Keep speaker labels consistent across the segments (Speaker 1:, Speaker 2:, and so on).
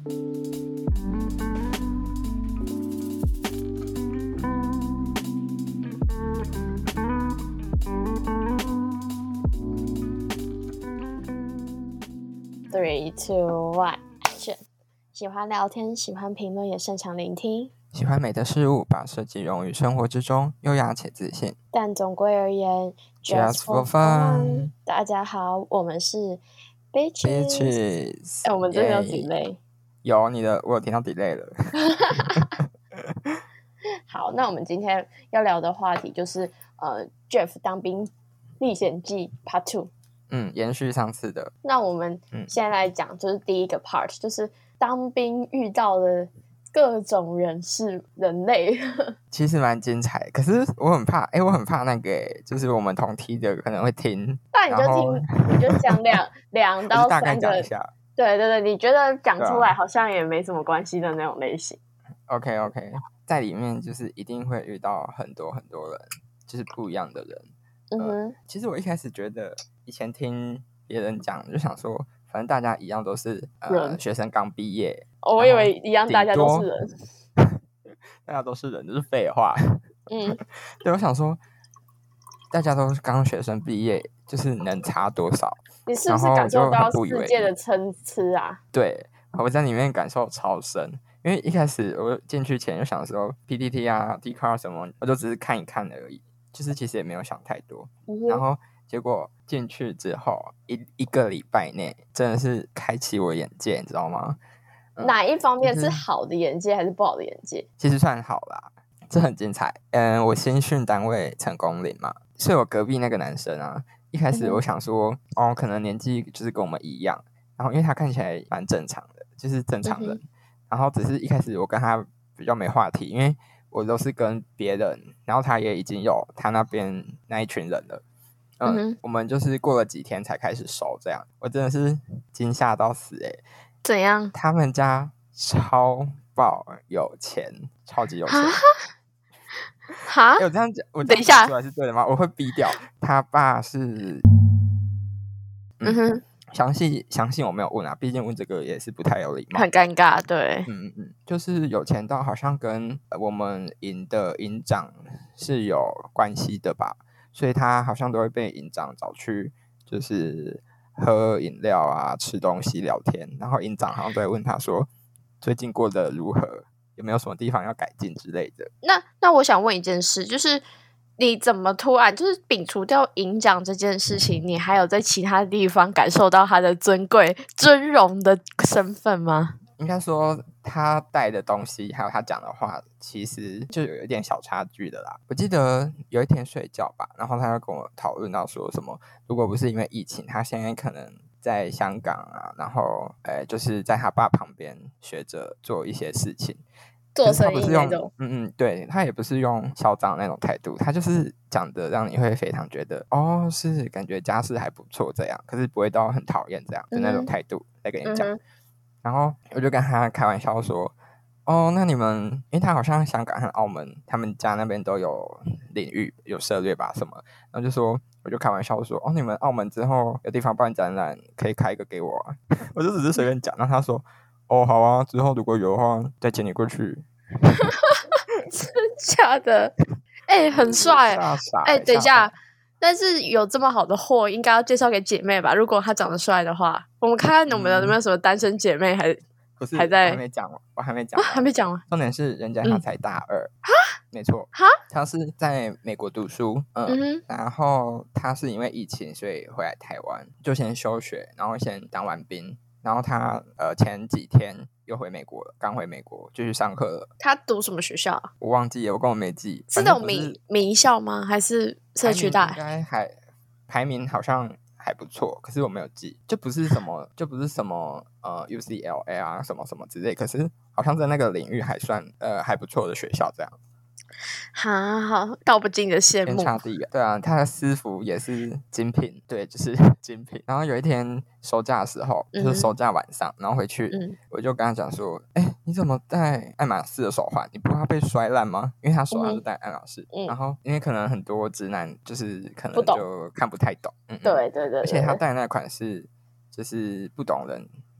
Speaker 1: 3, 2, 1 Action！ 喜欢聊天，喜欢评论，也擅长聆听，
Speaker 2: 喜欢美的事物，把设计融于生活之中，优雅且自信。
Speaker 1: 但总归而言
Speaker 2: Just for fun。
Speaker 1: 大家好，我们是 Bitches。 我们真的有 delay？
Speaker 2: 有，你的我有听到 delay 了。
Speaker 1: 好，那我们今天要聊的话题就是Jeff 当兵历险记 Part 2。
Speaker 2: 延续上次的。
Speaker 1: 那我们现在来讲，就是第一个 part，就是当兵遇到的各种人类。
Speaker 2: 其实蛮精彩，可是我很怕，我很怕那个，就是我们同梯的可能会听。
Speaker 1: 那你就听，你就讲两到
Speaker 2: 大概
Speaker 1: 3个。
Speaker 2: 讲一下。
Speaker 1: 对对对，你觉得讲出来好像也没什么关系的那种类型。
Speaker 2: OK， 在里面就是一定会遇到很多很多人，就是不一样的人。其实我一开始觉得，以前听别人讲，就想说，反正大家一样都是学生刚毕业。
Speaker 1: 我以为一样，大家都是人。
Speaker 2: 大家都是人，就是废话。对，我想说，大家都是刚学生毕业，就是能差多少？
Speaker 1: 你是不是感受到世界的参差啊？
Speaker 2: 对，我在里面感受超深，因为一开始我进去前就想说 PTT 啊、Dcard 什么，我就只是看一看而已，就是其实也没有想太多。然后结果进去之后，一个礼拜内真的是开启我眼界，你知道吗？
Speaker 1: 哪一方面是好的眼界还是不好的眼界？
Speaker 2: 其实算好啦，这很精彩。我新训单位成功岭嘛，所以我隔壁那个男生啊，一开始我想说，可能年纪就是跟我们一样，然后因为他看起来蛮正常的，就是正常人。然后只是一开始我跟他比较没话题，因为我都是跟别人，然后他也已经有他那边那一群人了。我们就是过了几天才开始熟，这样我真的是惊吓到死。
Speaker 1: 怎样？
Speaker 2: 他们家超爆有钱，超级有钱。
Speaker 1: 哈？
Speaker 2: 我这样讲，我
Speaker 1: 等一下
Speaker 2: 出来是对的吗？我会逼掉。他爸是，详细我没有问啊，毕竟问这个也是不太有礼貌，
Speaker 1: 很尴尬。对，
Speaker 2: 就是有钱到好像跟我们营的营长是有关系的吧，所以他好像都会被营长找去，就是喝饮料啊、吃东西、聊天，然后营长好像都会问他说最近过得如何，有没有什么地方要改进之类的。
Speaker 1: 那我想问一件事，就是你怎么突然就是摒除掉营长这件事情，你还有在其他地方感受到他的尊贵、尊荣的身份吗？
Speaker 2: 应该说他带的东西还有他讲的话其实就有一点小差距的啦。我记得有一天睡觉吧，然后他就跟我讨论到说什么，如果不是因为疫情，他现在可能在香港啊，然后就是在他爸旁边学着做一些事情，
Speaker 1: 做生意那种。
Speaker 2: 对，他也不是用嚣张那种态度，他就是讲的让你会非常觉得是感觉家世还不错这样，可是不会到很讨厌这样的那种态度在跟你讲。然后我就跟他开玩笑说，那你们，因为他好像香港和澳门他们家那边都有领域有涉猎吧什么，然后就说，我就开玩笑说，你们澳门之后有地方办展览，可以开一个给我啊。我就只是随便讲，然后他说，好啊，之后如果有的话再请你过去。
Speaker 1: 真假的？很帅。等一下，但是有这么好的货，应该要介绍给姐妹吧？如果他长得帅的话，我们看看我们有没有什么单身姐妹
Speaker 2: 不是
Speaker 1: 还在。
Speaker 2: 我还没讲，
Speaker 1: 还没讲完。
Speaker 2: 重点是人家他才大2。没错，他是在美国读书，然后他是因为疫情所以回来台湾，就先休学，然后先当完兵，然后他前几天又回美国了，刚回美国就去上课了。
Speaker 1: 他读什么学校？
Speaker 2: 我忘记了，我根本没记。
Speaker 1: 是那种名校吗？还是社区大？
Speaker 2: 应该排名好像还不错，可是我没有记，就不是什么UCLA 啊什么什么之类，可是好像在那个领域还算还不错的学校这样。
Speaker 1: 好，道不尽的羡慕。
Speaker 2: 天差地远。对啊，他的私服也是精品，对，就是精品。然后有一天收假的时候，就是收假晚上，然后回去，我就跟他讲说，你怎么戴爱马仕的手环？你不怕被摔烂吗？因为他手上是戴爱马仕，然后因为可能很多直男就是可能就看不太懂，
Speaker 1: 对，
Speaker 2: 而且他戴的那款是就是不懂人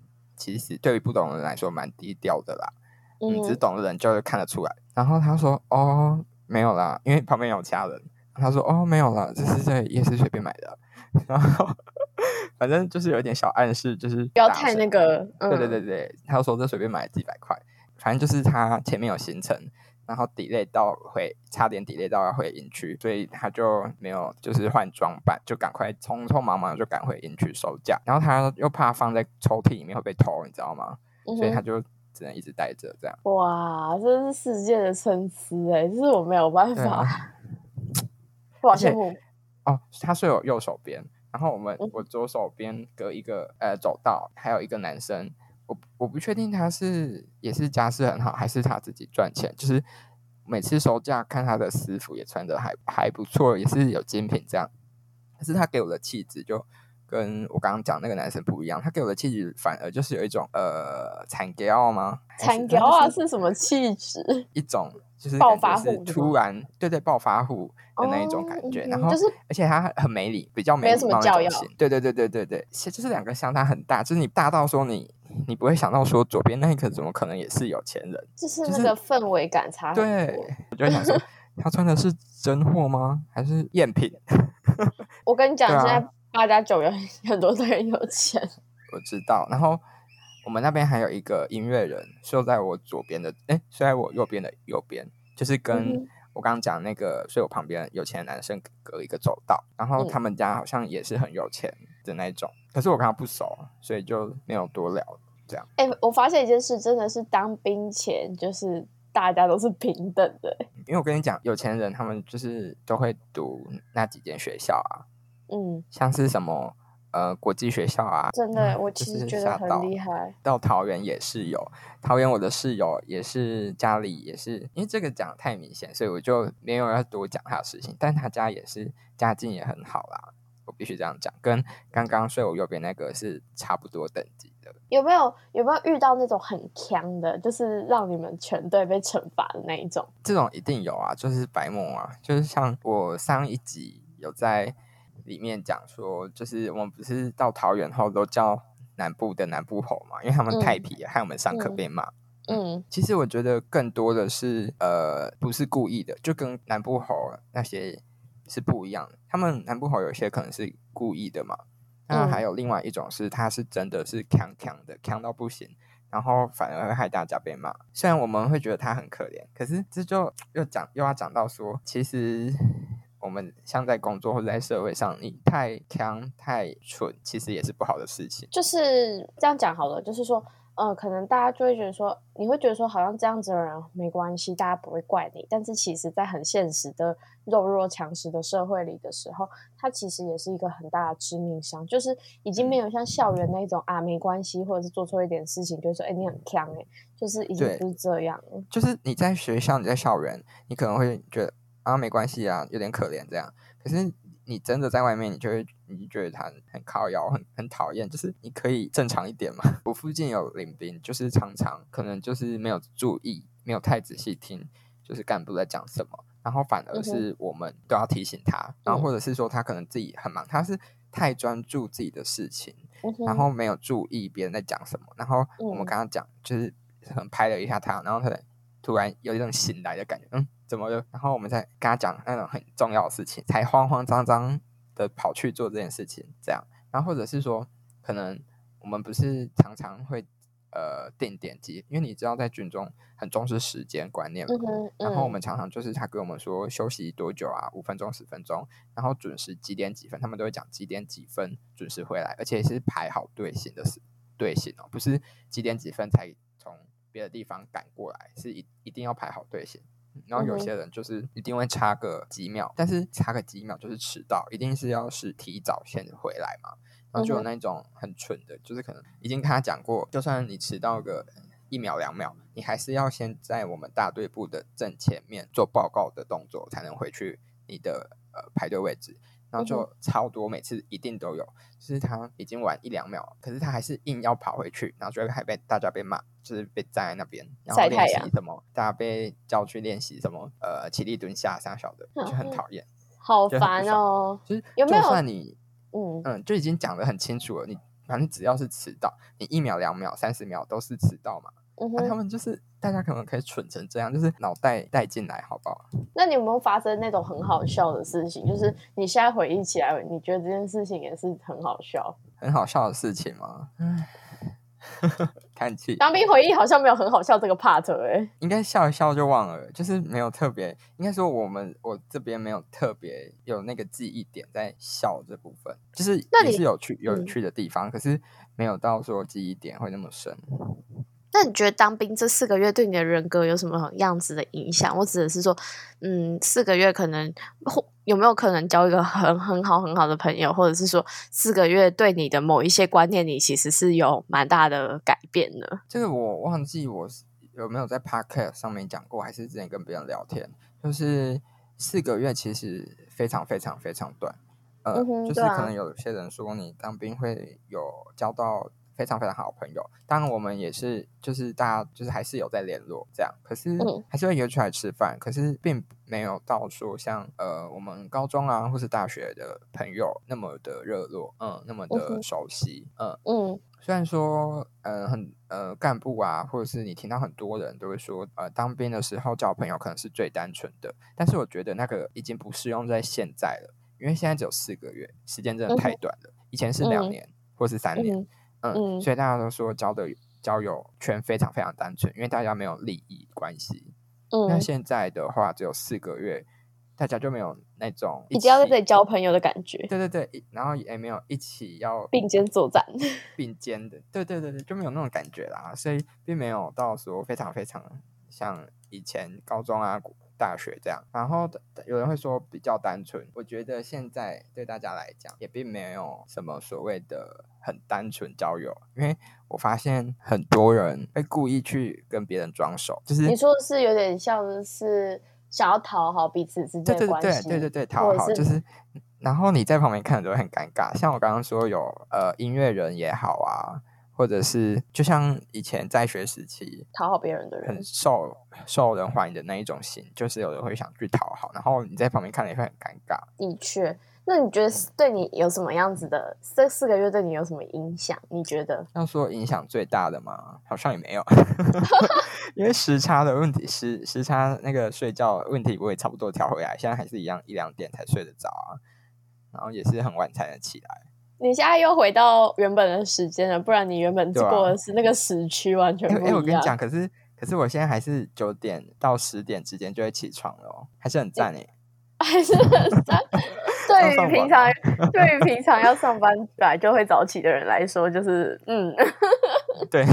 Speaker 2: 其实对于不懂的人来说蛮低调的啦，只懂的人就会看得出来。然后他说哦没有啦，因为旁边有其他人，他说哦没有啦，这是在夜市随便买的。然后反正就是有一点小暗示，就是
Speaker 1: 不要太那个，
Speaker 2: 对，他就说这随便买几百块，反正就是他前面有行程，然后 delay 到差点 delay 到要回营区，所以他就没有就是换装扮，就赶快匆匆忙忙就赶回营区收假，然后他又怕放在抽屉里面会被偷，你知道吗？所以他就只能一直带着这样。
Speaker 1: 哇，这是世界的参差欸，这是我没有办法，我好羡慕。
Speaker 2: 哦，他睡我右手边，然后我左手边隔一个走道，还有一个男生，我不确定他也是家世很好，还是他自己赚钱，就是每次收假看他的私服也穿得还不错，也是有精品这样，可是他给我的气质就跟我刚刚讲那个男生不一样，他给我的气质反而就是有一种惨骄吗？
Speaker 1: 惨骄是什么气质？
Speaker 2: 一种就是
Speaker 1: 暴发户，
Speaker 2: 突然对暴发户的那一种感觉，然后
Speaker 1: 就是
Speaker 2: 而且他很没礼，比较
Speaker 1: 没什么教养，
Speaker 2: 对，就是两个相差很大，就是你大到说你不会想到说左边那个怎么可能也是有钱人，
Speaker 1: 就是那个氛围感差很多。
Speaker 2: 对，我就想说他穿的是真货吗？还是赝品？
Speaker 1: 我跟你讲，现在8+9有很多人有钱，
Speaker 2: 我知道。然后我们那边还有一个音乐人，睡在我左边的，睡在我右边的右边，就是跟我刚刚讲那个睡我旁边有钱的男生隔一个走道，然后他们家好像也是很有钱的那种，可是我跟他不熟，所以就没有多聊这样。
Speaker 1: 我发现一件事，真的是当兵前就是大家都是平等的，
Speaker 2: 因为我跟你讲，有钱人他们就是都会读那几间学校啊，像是什么国际学校啊，
Speaker 1: 真的，我其实觉得很厉害。
Speaker 2: 到桃园也是有，桃园我的室友也是家里也是，因为这个讲太明显，所以我就没有要多讲他的事情，但他家也是家境也很好啦，我必须这样讲，跟刚刚睡我右边那个是差不多等级的。
Speaker 1: 有没有遇到那种很强的，就是让你们全队被惩罚的那一种？
Speaker 2: 这种一定有啊，就是白目啊，就是像我上一集有在里面讲说，就是我们不是到桃园后都叫南部的南部猴嘛，因为他们太皮了，害我们上课被骂。其实我觉得更多的是不是故意的，就跟南部猴那些是不一样的。他们南部猴有些可能是故意的嘛，那还有另外一种是他是真的是强的，强到不行，然后反而会害大家被骂。虽然我们会觉得他很可怜，可是这就又要讲到说，其实我们像在工作或者在社会上，你太强太蠢，其实也是不好的事情。
Speaker 1: 就是这样讲好了，就是说可能大家就会觉得说，你会觉得说好像这样子的人没关系，大家不会怪你，但是其实在很现实的弱肉强食的社会里的时候，它其实也是一个很大的致命伤，就是已经没有像校园那种没关系，或者是做错一点事情就说你很强就是已经不是这样了。
Speaker 2: 就是你在学校你在校园你可能会觉得没关系啊，有点可怜这样，可是你真的在外面你就觉得他很靠腰很讨厌，就是你可以正常一点嘛。我附近有领兵，就是常常可能就是没有注意，没有太仔细听就是干部在讲什么，然后反而是我们都要提醒他，然后或者是说他可能自己很忙，他是太专注自己的事情，然后没有注意别人在讲什么，然后我们跟他讲就是可能拍了一下他，然后他突然有一种醒来的感觉，怎么了？然后我们再跟他讲那种很重要的事情，才慌慌张张的跑去做这件事情，这样。然后或者是说，可能我们不是常常会定点击，因为你知道在军中很重视时间观念嘛。然后我们常常就是他跟我们说休息多久啊，5分钟10分钟，然后准时几点几分，他们都会讲几点几分准时回来，而且是排好队形哦，不是几点几分才从别的地方赶过来，是一定要排好队形。然后有些人就是一定会差个几秒，但是差个几秒就是迟到，一定是要是提早先回来嘛。然后就有那种很蠢的，就是可能已经跟他讲过，就算你迟到个1秒2秒，你还是要先在我们大队部的正前面做报告的动作，才能回去你的排队位置。然后就超多，每次一定都有，就是他已经晚1、2秒，可是他还是硬要跑回去，然后就会还被大家被骂，就是被站在那边，然后练习什么，大家被叫去练习什么起立蹲下三小的，就很讨厌，
Speaker 1: 好烦哦。
Speaker 2: 就是有没有就算你就已经讲得很清楚了，你反正只要是迟到，你1秒、2秒、30秒都是迟到嘛。他们就是大家可能可以蠢成这样，就是脑袋带进来，好不好？
Speaker 1: 那你有没有发生那种很好笑的事情？就是你现在回忆起来，你觉得这件事情也是很好笑？
Speaker 2: 很好笑的事情吗？叹气。
Speaker 1: 当兵回忆好像没有很好笑这个 part
Speaker 2: 应该笑一笑就忘了，就是没有特别，应该说我这边没有特别有那个记忆点在笑这部分，就是也是有趣的地方，可是没有到说记忆点会那么深。
Speaker 1: 那你觉得当兵这4个月对你的人格有什么样子的影响？我指的是说，4个月可能有没有可能交一个很好的朋友，或者是说4个月对你的某一些观念，你其实是有蛮大的改变的？
Speaker 2: 这个我忘记我有没有在 podcast 上面讲过，还是之前跟别人聊天，就是4个月其实非常非常非常短。就是可能有些人说你当兵会有交到非常非常好的朋友，当然我们也是就是大家就是还是有在联络这样，可是还是会约出来吃饭，可是并没有到说像我们高中啊或是大学的朋友那么的热络，那么的熟悉。虽然说干部啊或者是你听到很多人都会说当兵的时候交朋友可能是最单纯的，但是我觉得那个已经不适用在现在了，因为现在只有4个月，时间真的太短了，以前是2年或是3年。所以大家都说交友圈非常非常单纯，因为大家没有利益关系。那现在的话只有4个月，大家就没有那种
Speaker 1: 一定要在这里交朋友的感觉。
Speaker 2: 对对对，然后也没有一起要
Speaker 1: 并肩作战
Speaker 2: 并肩的，对对对对，就没有那种感觉啦，所以并没有到说非常非常像以前高中啊大学这样。然后有人会说比较单纯，我觉得现在对大家来讲也并没有什么所谓的很单纯交友，因为我发现很多人会故意去跟别人装熟，就是
Speaker 1: 你说的是有点像是想要讨好彼此之间的关系，
Speaker 2: 对，讨好就是，然后你在旁边看着都会很尴尬。像我刚刚说有音乐人也好啊，或者是就像以前在学时期
Speaker 1: 讨好别人的人，
Speaker 2: 很受人欢迎的那一种型，就是有人会想去讨好，然后你在旁边看了也会很尴尬。
Speaker 1: 的确。那你觉得对你有什么样子的？这4个月对你有什么影响？你觉得
Speaker 2: 要说影响最大的吗？好像也没有，因为时差的问题，时差那个睡觉问题我也差不多调回来，现在还是一样1-2点才睡得着啊，然后也是很晚才能起来。
Speaker 1: 你现在又回到原本的时间了，不然你原本过的是那个时区完全不一样。
Speaker 2: 我跟你讲，可是我现在还是9点到10点之间就会起床了哦，还是很赞耶。
Speaker 1: 还是很赞。对于平常要上班本来就会早起的人来说，就是
Speaker 2: 对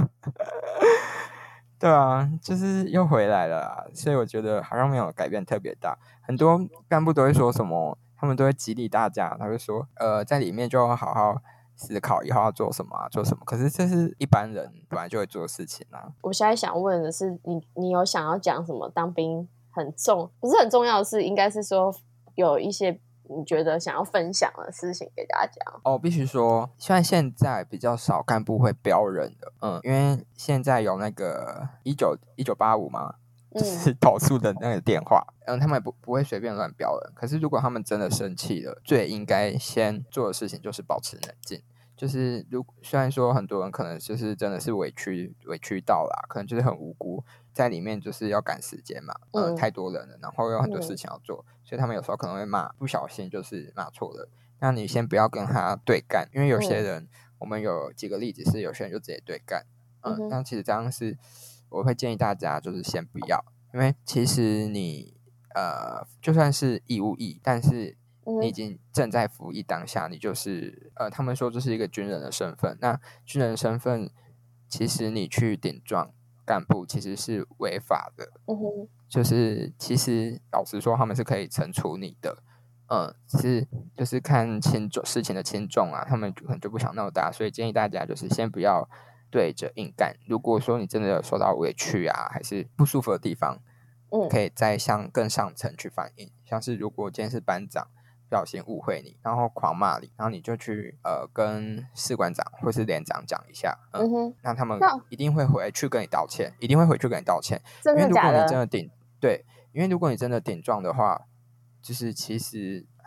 Speaker 2: 对啊，就是又回来了啦，所以我觉得好像没有改变特别大。很多干部都会说什么，他们都会激励大家，他会说在里面就要好好思考以后要做什么做什么，可是这是一般人本来就会做的事情啊。
Speaker 1: 我现在想问的是，你有想要讲什么当兵不是很重要的事，应该是说有一些你觉得想要分享的事情给大家。
Speaker 2: 必须说虽然现在比较少干部会标人的，因为现在有那个1985嘛，就是投诉的那个电话，他们也不会随便乱标人，可是如果他们真的生气了，最应该先做的事情就是保持冷静。就是虽然说很多人可能就是真的是委屈到啦，可能就是很无辜，在里面就是要赶时间嘛，太多人了，然后有很多事情要做，所以他们有时候可能会骂，不小心就是骂错了。那你先不要跟他对干，因为有些人，我们有几个例子是有些人就直接对干，那其实这样是我会建议大家就是先不要，因为其实你就算是义务役，但是你已经正在服役当下，你就是他们说这是一个军人的身份，那军人的身份其实你去顶撞干部其实是违法的，就是其实老实说他们是可以惩处你的，就是看事情的轻重啊，他们可能就不想闹大，所以建议大家就是先不要对着硬干。如果说你真的有受到委屈啊，还是不舒服的地方，可以再向更上层去反映。像是如果今天是班长不小心误会你，然后狂骂你，然后你就去跟士官长或是连长讲一下，那他们一定会回去跟你道歉，因为如果你真的顶撞的话，就是其实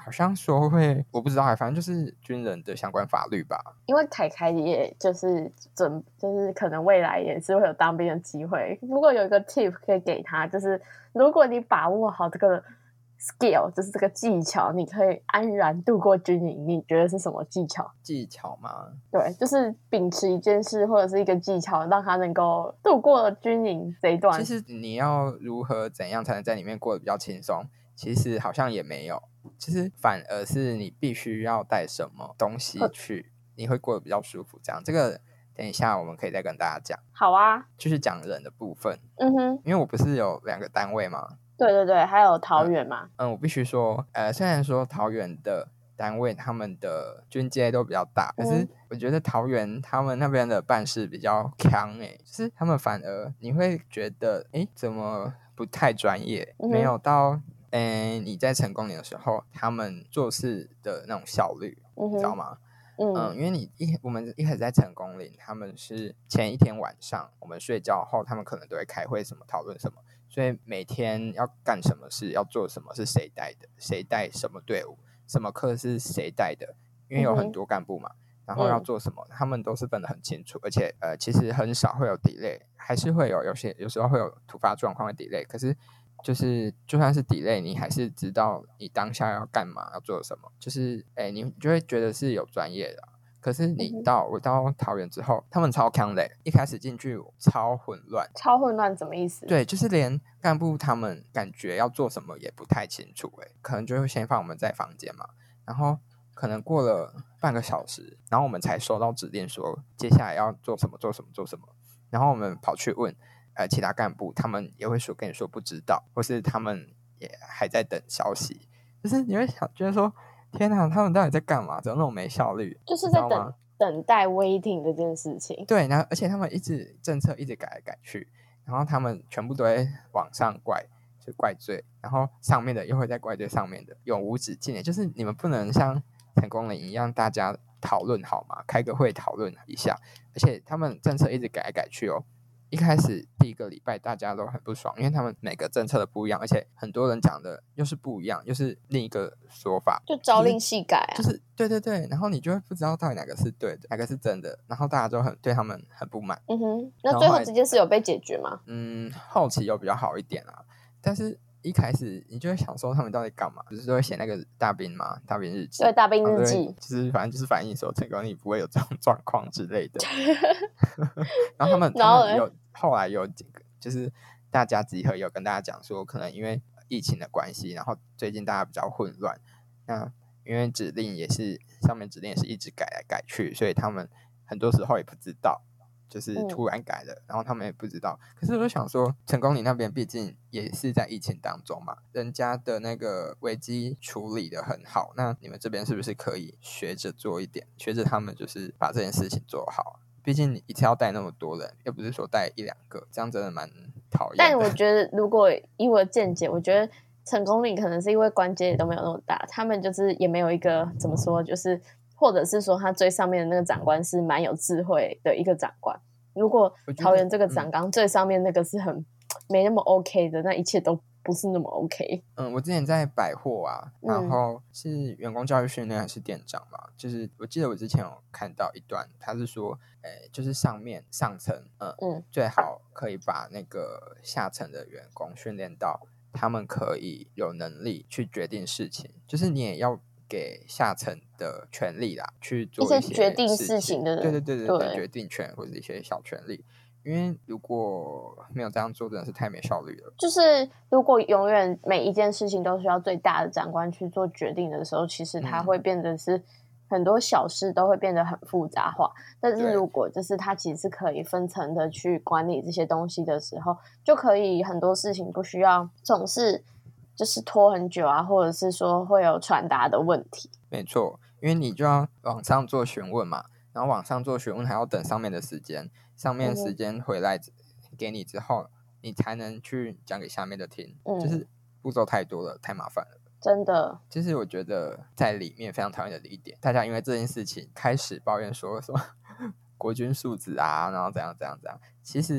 Speaker 2: 好像说会，我不知道，反正就是军人的相关法律吧。
Speaker 1: 因为凯凯也就是可能未来也是会有当兵的机会。如果有一个 tip 可以给他，就是如果你把握好这个 skill， 就是这个技巧，你可以安然度过军营。你觉得是什么技巧？
Speaker 2: 技巧吗？
Speaker 1: 对，就是秉持一件事或者是一个技巧，让他能够度过军营这一段。
Speaker 2: 其实你要如何怎样才能在里面过得比较轻松？其实好像也没有，其实反而是你必须要带什么东西去，你会过得比较舒服。这样，这个等一下我们可以再跟大家讲。
Speaker 1: 好啊，
Speaker 2: 就是讲人的部分。
Speaker 1: 嗯哼，
Speaker 2: 因为我不是有2个单位吗？
Speaker 1: 对对对，还有桃园嘛。
Speaker 2: 我必须说，虽然说桃园的单位他们的军阶都比较大，可是我觉得桃园他们那边的办事比较强就是他们反而你会觉得怎么不太专业，没有到你在成功岭的时候他们做事的那种效率，你知道吗？因为我们一开始在成功岭，他们是前一天晚上我们睡觉后，他们可能都会开会什么讨论什么，所以每天要干什么事，要做什么是谁带的，谁带什么队伍，什么课是谁带的，因为有很多干部嘛，然后要做什么，他们都是分得很清楚，而且其实很少会有 delay， 还是会有时候会有突发状况的 delay， 可是就算是 delay， 你还是知道你当下要干嘛，要做什么，就是你就会觉得是有专业的。可是我到桃园之后，他们超强的，一开始进去超混乱。
Speaker 1: 超混乱什么意思？
Speaker 2: 对，就是连干部他们感觉要做什么也不太清楚，可能就会先放我们在房间嘛，然后可能过了半个小时，然后我们才收到指令说接下来要做什么做什么做什么，然后我们跑去问其他干部，他们也会跟你说不知道，或是他们也还在等消息，就是你会觉得说天哪，他们到底在干嘛？怎么那么没效率？
Speaker 1: 就是在等待 waiting 这件事情。
Speaker 2: 对，然后而且他们政策一直改来改去，然后他们全部都会往上怪，就怪罪，然后上面的又会再怪罪上面的，永无止境。就是你们不能像成功岭一样，大家讨论好吗？开个会讨论一下，而且他们政策一直改来改去哦。一开始第1个礼拜大家都很不爽，因为他们每个政策的不一样，而且很多人讲的又是不一样，又是另一个说法，
Speaker 1: 就朝令夕改啊。
Speaker 2: 就是对对对，然后你就会不知道到底哪个是对的，哪个是真的，然后大家都对他们很不满。
Speaker 1: 那最后这件事有被解决吗？
Speaker 2: 后期有比较好一点啊，但是一开始你就会想说他们到底干嘛，不是都会写那个大兵吗？大兵日记。
Speaker 1: 对，大兵日记，
Speaker 2: 就是反正就是反映说成功你不会有这种状况之类的。然后他们后来有几个，就是大家集合有跟大家讲说，可能因为疫情的关系，然后最近大家比较混乱，那因为上面指令也是一直改来改去，所以他们很多时候也不知道，就是突然改了，然后他们也不知道。可是我就想说，成功岭那边毕竟也是在疫情当中嘛，人家的那个危机处理的很好，那你们这边是不是可以学着做一点，学着他们就是把这件事情做好？毕竟你一次要带那么多人，又不是说带1-2个，这样真的蛮讨厌的。
Speaker 1: 但我觉得，如果以我的见解，我觉得成功岭可能是因为关节也都没有那么大，他们就是也没有一个怎么说，就是或者是说他最上面的那个长官是蛮有智慧的一个长官。如果桃园这个长官最上面那个是很没那么 OK 的，那一切都不是那么 OK。
Speaker 2: 我之前在百货啊，然后是员工教育训练还是店长嘛，就是我记得我之前有看到一段，他是说就是上层最好可以把那个下层的员工训练到他们可以有能力去决定事情，就是你也要给下层的权利啦，去做一些
Speaker 1: 决定事情的人，
Speaker 2: 对，决定权或者一些小权利。因为如果没有这样做，真的是太没效率了。
Speaker 1: 就是如果永远每一件事情都需要最大的长官去做决定的时候，其实它会变得是很多小事都会变得很复杂化。但是如果就是它其实是可以分层的去管理这些东西的时候，就可以很多事情不需要总是就是拖很久啊，或者是说会有传达的问题。
Speaker 2: 没错，因为你就要往上做询问嘛，然后往上做询问还要等上面的时间，上面时间回来给你之后，你才能去讲给下面的听，就是步骤太多了，太麻烦了。
Speaker 1: 真的，
Speaker 2: 就是我觉得在里面非常讨厌的一点，大家因为这件事情开始抱怨说什么国军素质啊，然后怎样怎样怎样。其实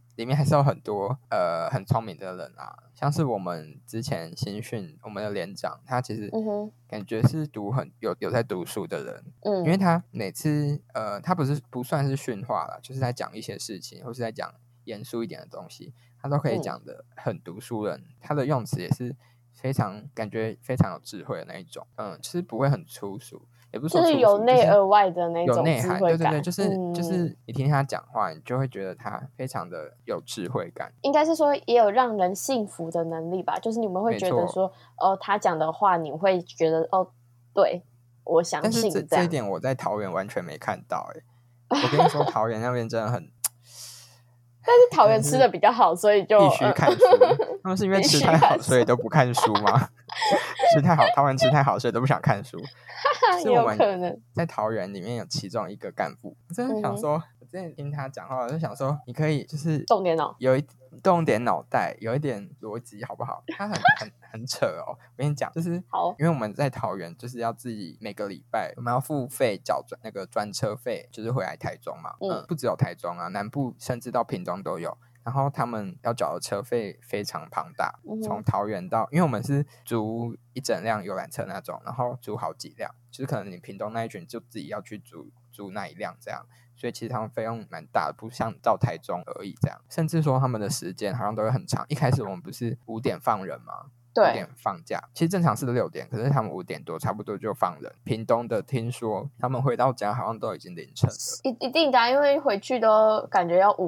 Speaker 2: 里面还是有很多很聪明的人啊，像是我们之前新训我们的连长，他其实感觉是有在读书的人，因为他每次他不算是训话啦，就是在讲一些事情，或是在讲严肃一点的东西，他都可以讲的很读书人，他的用词也是感觉非常有智慧的那一种，就是不会很粗俗，也不是说
Speaker 1: 就是有内而外的那种
Speaker 2: 有内涵，
Speaker 1: 智慧感，
Speaker 2: 对，就是你听他讲话，你就会觉得他非常的有智慧感。
Speaker 1: 应该是说也有让人信服的能力吧，就是你们会觉得说，他讲的话，你会觉得对，我相信。
Speaker 2: 但是这一点我在桃园完全没看到我跟你说，桃园那边真的很。
Speaker 1: 但是桃园吃的比较好，所以就
Speaker 2: 必须看书。他们是因为吃太好，所以都不看书吗？吃太好，桃园吃太好，所以都不想看书。
Speaker 1: 也有可能。
Speaker 2: 在桃园里面有其中一个干部，我真的想说，我之前听他讲话，我就想说，你可以就是
Speaker 1: 动点脑，
Speaker 2: 动点脑袋，有一点逻辑，好不好？他很扯哦。我跟你讲，就是因为我们在桃园，就是要自己每个礼拜我们要付费缴那个专车费，就是回来台中嘛。不只有台中啊，南部甚至到屏东都有。然后他们要缴的车费非常庞大，从桃园到，因为我们是租一整辆游览车那种，然后租好几辆，就是可能你屏东那一群就自己要去租那一辆这样，所以其实他们费用蛮大的，不像到台中而已这样，甚至说他们的时间好像都会很长。一开始我们不是5点放人吗？5点放假，其实正常是6点，可是他们5点多差不多就放人。屏东的听说他们回到家好像都已经凌晨了，
Speaker 1: 一定的，因为回去都感觉要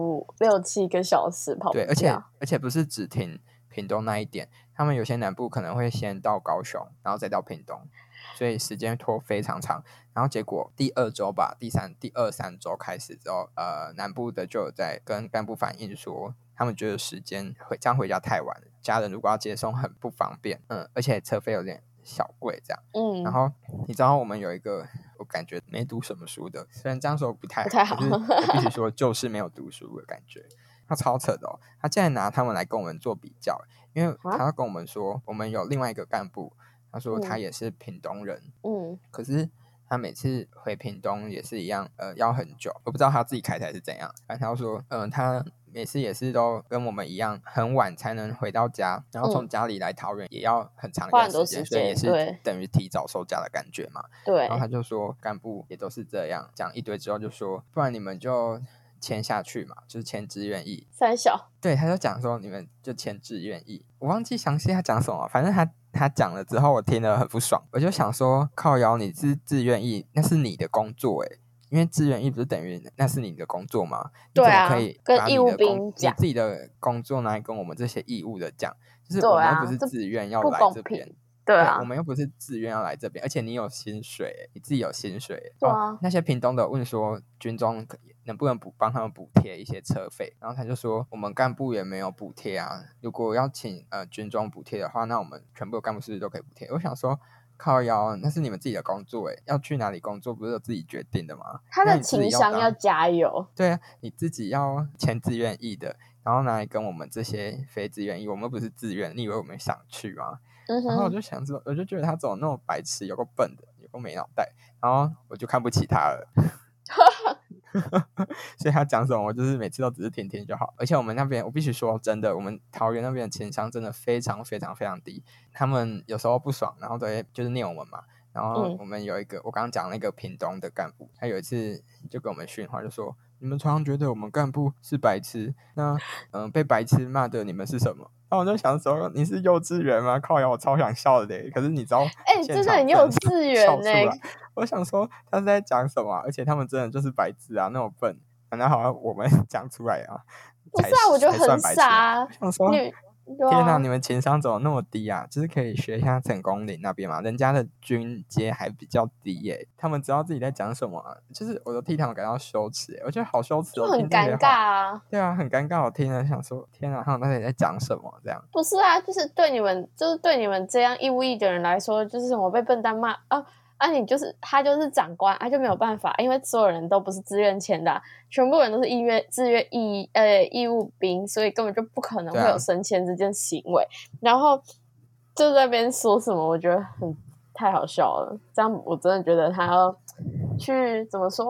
Speaker 1: 5、6、7个小时跑。
Speaker 2: 对，而且不是只停屏东那一点，他们有些南部可能会先到高雄，然后再到屏东，所以时间拖非常长。然后结果第2周吧，第2、3周开始之后，南部的就有在跟干部反映说，他们觉得时间这样回家太晚了，家人如果要接送很不方便，而且车费有点小贵这样。然后你知道我们有一个我感觉没读什么书的，虽然这样说不太好，可是我必须说就是没有读书的感觉。他超扯的他竟然拿他们来跟我们做比较，因为他要跟我们说，我们有另外一个干部，他说他也是屏东人，可是他每次回屏东也是一样，要很久，我不知道他自己开台是怎样，反正他说，他每次也是都跟我们一样，很晚才能回到家，然后从家里来桃园也要很长一段时间，所以也是等于提早收假的感觉嘛。
Speaker 1: 对。
Speaker 2: 然后他就说，干部也都是这样，讲一堆之后就说，不然你们就签下去嘛，就是签志愿役。
Speaker 1: 三小，
Speaker 2: 对，他就讲说你们就签志愿役，我忘记详细他讲什么，反正他讲了之后，我听了很不爽，我就想说，靠腰，你是志愿役，那是你的工作因为志愿役不是等于那是你的工作吗？
Speaker 1: 对啊，
Speaker 2: 你怎么可以把你的你自己的工作拿来跟我们这些义务的讲？就是我们又不是自愿要来这边。
Speaker 1: 对啊，
Speaker 2: 我们又不是自愿要来这边，而且你有薪水，你自己有薪水。
Speaker 1: 对啊，
Speaker 2: 那些屏东的问说，军中能不能帮他们补贴一些车费？然后他就说，我们干部也没有补贴啊。如果要请军中补贴的话，那我们全部的干部是不是都可以补贴？我想说，靠腰，那是你们自己的工作要去哪里工作不是有自己决定的吗？
Speaker 1: 他的情商要加油。
Speaker 2: 对啊，你自己要签自愿役的，然后拿来跟我们这些非自愿役，我们不是自愿，你以为我们想去吗？然后我就想说，我就觉得他怎么那么白痴，有够笨的，有够没脑袋，然后我就看不起他了。所以他讲什么，我就是每次都只是听听就好。而且我们那边，我必须说真的，我们桃园那边的情商真的非常非常非常低。他们有时候不爽，然后都会就是念我们嘛。然后我们有一个，我刚刚讲那个屏东的干部，他有一次就跟我们训话，就说你们常常觉得我们干部是白痴，那被白痴骂的你们是什么？然后我就想说，你是幼稚园吗？靠呀，我超想笑的可是你知道，
Speaker 1: 真的很幼稚园
Speaker 2: 我想说他是在讲什么而且他们真的就是白痴啊，那么笨，反正好像我们讲出来啊，
Speaker 1: 不是啊，我觉得很傻。
Speaker 2: 我想说，天哪，你们情商怎么那么低啊？就是可以学一下成功岭那边嘛，人家的军阶还比较低他们知道自己在讲什么就是我都替他们感到羞耻我觉得好羞耻
Speaker 1: 就很尴尬啊。
Speaker 2: 对啊，很尴尬。我听了想说，天哪，他们到底在讲什么？这样
Speaker 1: 不是啊，就是对你们这样义务役的人来说，就是什么被笨蛋骂你就是他就是长官就没有办法，因为所有人都不是自愿签的全部人都是自愿义务兵，所以根本就不可能会有升迁这件行为然后就在那边说什么，我觉得太好笑了。这样我真的觉得他要去怎么说，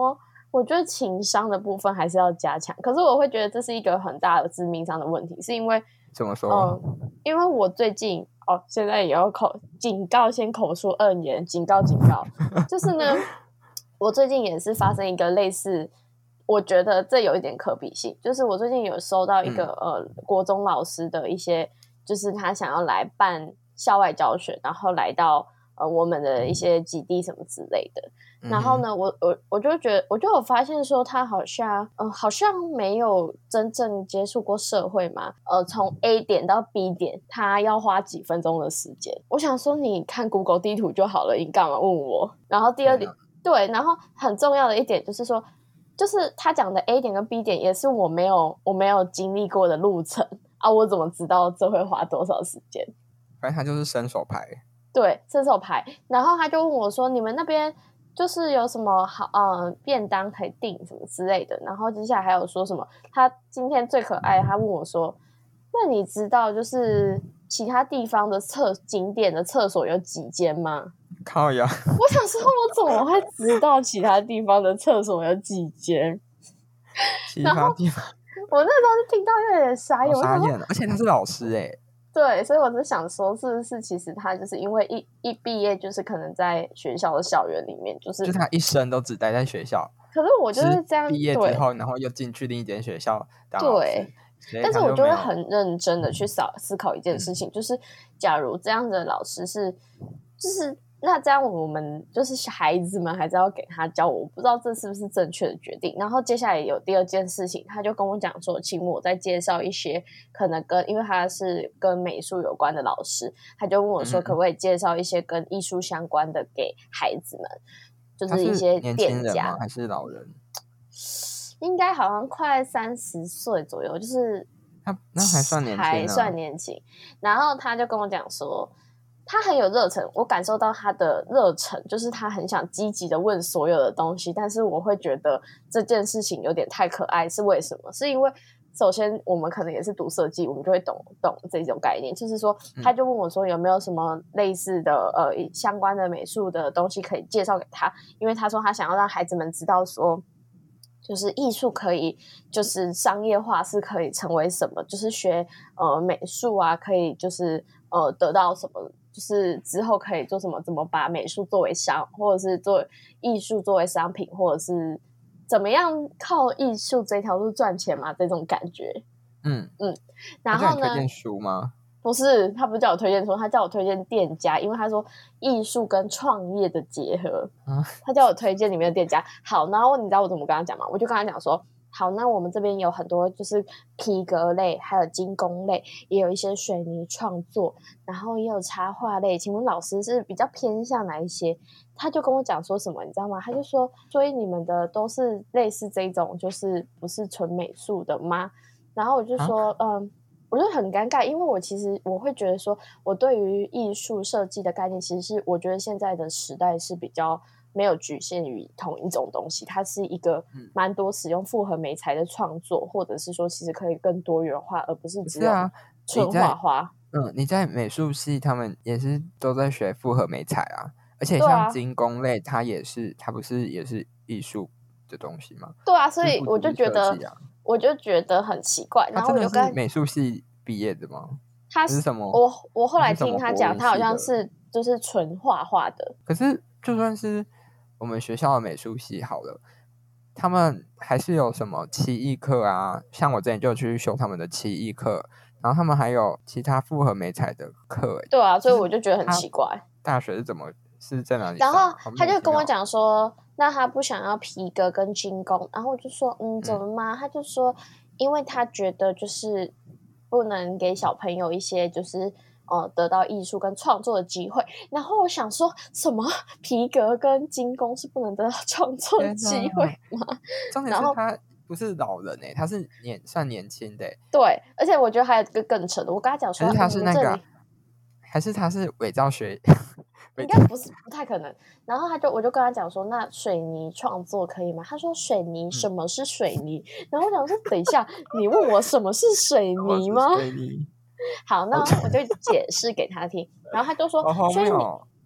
Speaker 1: 我觉得情商的部分还是要加强，可是我会觉得这是一个很大的致命伤的问题，是因为
Speaker 2: 怎么说？
Speaker 1: 因为我最近现在也要警告，先口出恶言，警告，就是呢，我最近也是发生一个类似，我觉得这有一点可比性，就是我最近有收到一个国中老师的一些，就是他想要来办校外教学，然后来到我们的一些基地什么之类的。然后呢，我就觉得，我就有发现说，他好像没有真正接触过社会嘛。从 A 点到 B 点，他要花几分钟的时间。我想说，你看 Google 地图就好了，你干嘛问我？然后第二点，对，然后很重要的一点就是说，就是他讲的 A 点跟 B 点也是我没有经历过的路程啊，我怎么知道这会花多少时间？
Speaker 2: 反正他就是伸手牌，
Speaker 1: 对，伸手牌。然后他就问我说：“你们那边？”就是有什么好便当可以订什么之类的，然后接下来还有说什么，他今天最可爱，他问我说：“那你知道就是其他地方的景点的厕所有几间吗？”
Speaker 2: 靠呀！
Speaker 1: 我想说，我怎么会知道其他地方的厕所有几间？
Speaker 2: 其他地方，
Speaker 1: 我那时候就听到有点傻眼，
Speaker 2: 傻眼了，而且他是老师
Speaker 1: 对，所以我就想说，是不是其实他就是因为一毕业，就是可能在学校的校园里面，就
Speaker 2: 他一生都只待在学校。
Speaker 1: 可是我就是这样
Speaker 2: 毕业之后，然后又进去另一间学校当老师。
Speaker 1: 对，但是我就会很认真的去思考一件事情，就是假如这样的老师就是那这样我们就是孩子们还是要给他教，我不知道这是不是正确的决定。然后接下来有第二件事情，他就跟我讲说，请我再介绍一些可能因为他是跟美术有关的老师，他就问我说可不可以介绍一些跟艺术相关的给孩子们，就是一些店家。
Speaker 2: 还是老人？
Speaker 1: 应该好像快30岁左右，就是
Speaker 2: 那还算年轻，还
Speaker 1: 算年轻。然后他就跟我讲说，他很有热忱，我感受到他的热忱，就是他很想积极的问所有的东西。但是我会觉得这件事情有点太可爱，是为什么？是因为首先我们可能也是读设计，我们就会懂这种概念，就是说，他就问我说有没有什么类似的相关的美术的东西可以介绍给他，因为他说他想要让孩子们知道说。就是艺术可以，就是商业化是可以成为什么？就是学美术啊，可以就是得到什么？就是之后可以做什么？怎么把美术作为或者是做艺术作为商品，或者是怎么样靠艺术这条路赚钱嘛？这种感觉。然后呢？
Speaker 2: 推荐书吗？
Speaker 1: 不是，他不是叫我推荐书，他叫我推荐店家，因为他说艺术跟创业的结合，他叫我推荐里面的店家。好，然后你知道我怎么跟他讲吗？我就跟他讲说，好，那我们这边有很多就是皮革类，还有精工类，也有一些水泥创作，然后也有插画类。请问老师是比较偏向哪一些？他就跟我讲说什么，你知道吗？他就说，所以你们的都是类似这种，就是不是纯美术的吗？然后我就说，我就很尴尬，因为我会觉得说，我对于艺术设计的概念，其实是我觉得现在的时代是比较没有局限于同一种东西，它是一个蛮多使用复合媒材的创作，或者是说其实可以更多元化，而不是只有纯画画。
Speaker 2: 你在美术系，他们也是都在学复合媒材啊，而且像精工类，它不是也是艺术的东西吗？
Speaker 1: 对啊，所以我就觉得很奇怪，然后我就跟
Speaker 2: 美术系毕业的吗？
Speaker 1: 他
Speaker 2: 是什么？
Speaker 1: 我后来听他讲，他好像是就是纯画画的。
Speaker 2: 可是就算是我们学校的美术系好了，他们还是有什么漆艺课啊？像我之前就去修他们的漆艺课，然后他们还有其他复合媒材的课。
Speaker 1: 对啊，所以我就觉得很奇怪。
Speaker 2: 大学是在哪里？
Speaker 1: 然后他就跟我讲说，那他不想要皮革跟精工，然后我就说，怎么吗？他就说，因为他觉得就是不能给小朋友一些就是得到艺术跟创作的机会。然后我想说什么皮革跟精工是不能得到创作的机会吗？
Speaker 2: 重点是他不是老人他是算年轻的
Speaker 1: 对，而且我觉得还有一个更扯的，我跟他讲说，
Speaker 2: 还是他是那个，还是他是伪造学。
Speaker 1: 应该不太可能。然后我就跟他讲说，那水泥创作可以吗？他说水泥，什么是水泥？然后我想说，等一下，你问我什么是水泥吗？好，那我就解释给他听。然后他就说，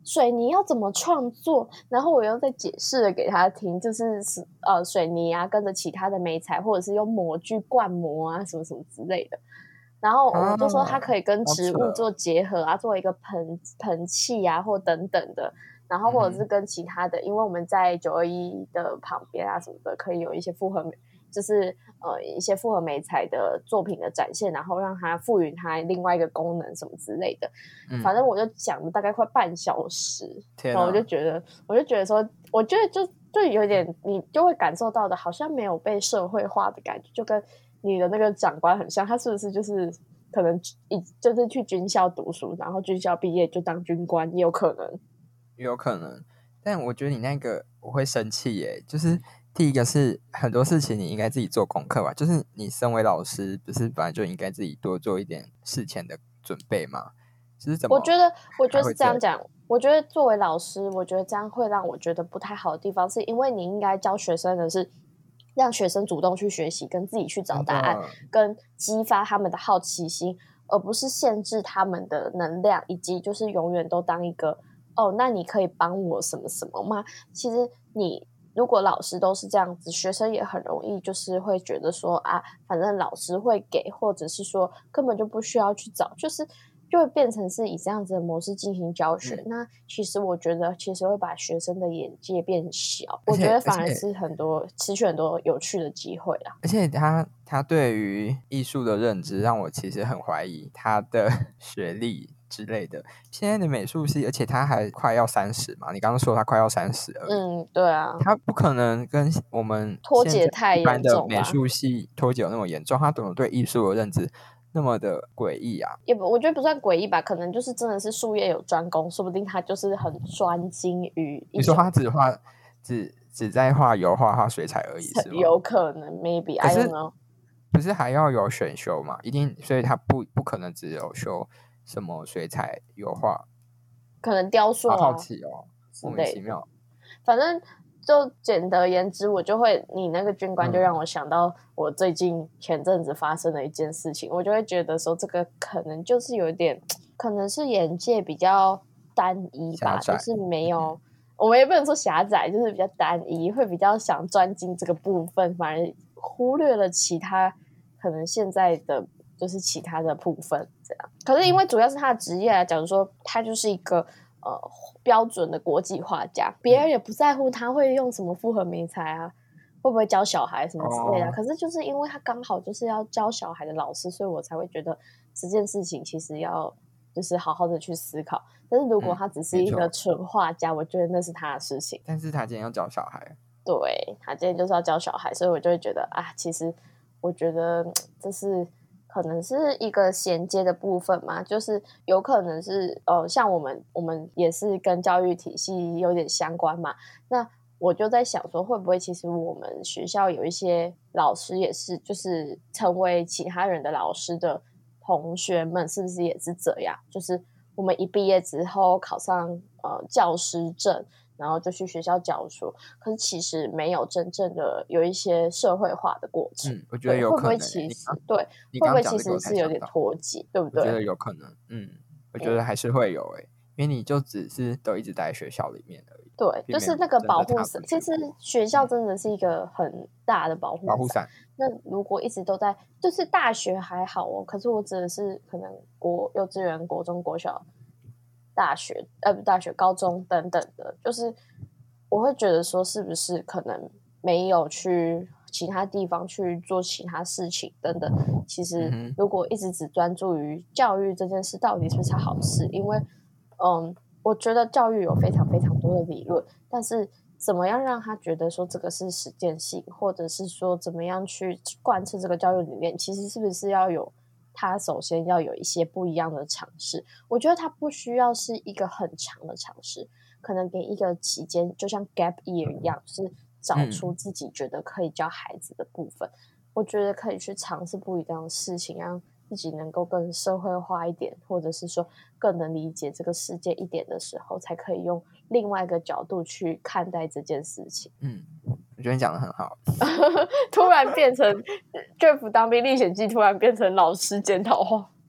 Speaker 1: 水泥要怎么创作，然后我又再解释了给他听，就是水泥啊跟着其他的媒材，或者是用模具灌模啊什么什么之类的。然后我就说它可以跟植物做结合啊，做一个盆器啊或等等的，然后或者是跟其他的，因为我们在921的旁边啊什么的，可以有一些就是一些复合媒材的作品的展现，然后让它赋予它另外一个功能什么之类的。反正我就讲了大概快半小时，然后我就觉得说，我觉得就有点你就会感受到的，好像没有被社会化的感觉，就跟你的那个长官很像，他是不是就是可能就是去军校读书，然后军校毕业就当军官，也有可能。
Speaker 2: 有可能，但我觉得你那个我会生气耶。就是第一个是很多事情你应该自己做功课吧，就是你身为老师，不是本来就应该自己多做一点事前的准备吗？就是怎么？
Speaker 1: 我觉得是这样讲。我觉得作为老师，我觉得这样会让我觉得不太好的地方，是因为你应该教学生的是让学生主动去学习，跟自己去找答案，跟激发他们的好奇心，而不是限制他们的能量，以及就是永远都当一个那你可以帮我什么什么吗？其实你如果老师都是这样子，学生也很容易就是会觉得说啊，反正老师会给，或者是说根本就不需要去找，就会变成是以这样子的模式进行教学。那其实我觉得会把学生的眼界变小，我觉得反而是失去很多有趣的机会啦。
Speaker 2: 而且他对于艺术的认知让我其实很怀疑他的学历之类的。现在的美术系，而且他还快要30嘛，你刚刚说他快要30了。
Speaker 1: 对啊，
Speaker 2: 他不可能跟我们
Speaker 1: 脱节太
Speaker 2: 一般
Speaker 1: 严重
Speaker 2: 的美术系脱节有那么严重，他怎么对艺术的认知那么的诡异啊？
Speaker 1: 我觉得不算诡异吧，可能就是真的是术业有专攻，说不定他就是很专精于一种。
Speaker 2: 你说他只在画油画、画水彩而已是吗？
Speaker 1: 有可能 maybe I don't know。
Speaker 2: 不是还要有选修嘛？一定，所以他不可能只有修什么水彩、油画，
Speaker 1: 可能雕塑啊，
Speaker 2: 好好奇哦，莫名其妙。
Speaker 1: 反正就简而言之，你那个军官就让我想到我最近前阵子发生的一件事情，我就会觉得说这个可能就是有点，可能是眼界比较单一吧，就是没有，我们也不能说狭窄，就是比较单一，会比较想专精这个部分，反而忽略了其他可能现在的就是其他的部分这样。可是因为主要是他的职业来讲，说他就是一个标准的国际画家，别人也不在乎他会用什么复合媒材啊，会不会教小孩什么之类的。可是就是因为他刚好就是要教小孩的老师，所以我才会觉得这件事情其实要就是好好的去思考。但是如果他只是一个纯画家，我觉得那是他的事情。
Speaker 2: 但是他今天要教小孩，
Speaker 1: 对，他今天就是要教小孩，所以我就会觉得啊，其实我觉得这是可能是一个衔接的部分嘛，就是有可能是像我们也是跟教育体系有点相关嘛，那我就在想说，会不会其实我们学校有一些老师也是，就是成为其他人的老师的同学们，是不是也是这样？就是我们一毕业之后考上教师证。然后就去学校教书，可是其实没有真正的有一些社会化的过程。
Speaker 2: 我觉得有可能。
Speaker 1: 会不会其实会不会其实是有点脱节，对不对？
Speaker 2: 我觉得有可能，我觉得还是会有因为你就只是都一直待在学校里面而已。
Speaker 1: 对，就是那个保护伞。其实学校真的是一个很大的保护伞。那如果一直都在，就是大学还好哦，可是我指的是可能幼稚园、国中、国小。大学、高中等等的，就是我会觉得说，是不是可能没有去其他地方去做其他事情等等。其实，如果一直只专注于教育这件事，到底是不是好事？因为，我觉得教育有非常非常多的理论，但是怎么样让他觉得说这个是实践性，或者是说怎么样去贯彻这个教育理念，其实是不是要有？他首先要有一些不一样的尝试，我觉得他不需要是一个很长的尝试，可能给一个期间，就像 gap year 一样，就是找出自己觉得可以教孩子的部分。我觉得可以去尝试不一样的事情，让自己能够更社会化一点，或者是说更能理解这个世界一点的时候，才可以用另外一个角度去看待这件事情。
Speaker 2: 我觉得你讲得很好。
Speaker 1: 突然变成《Jeff 当兵历险记》，突然变成老师检讨话。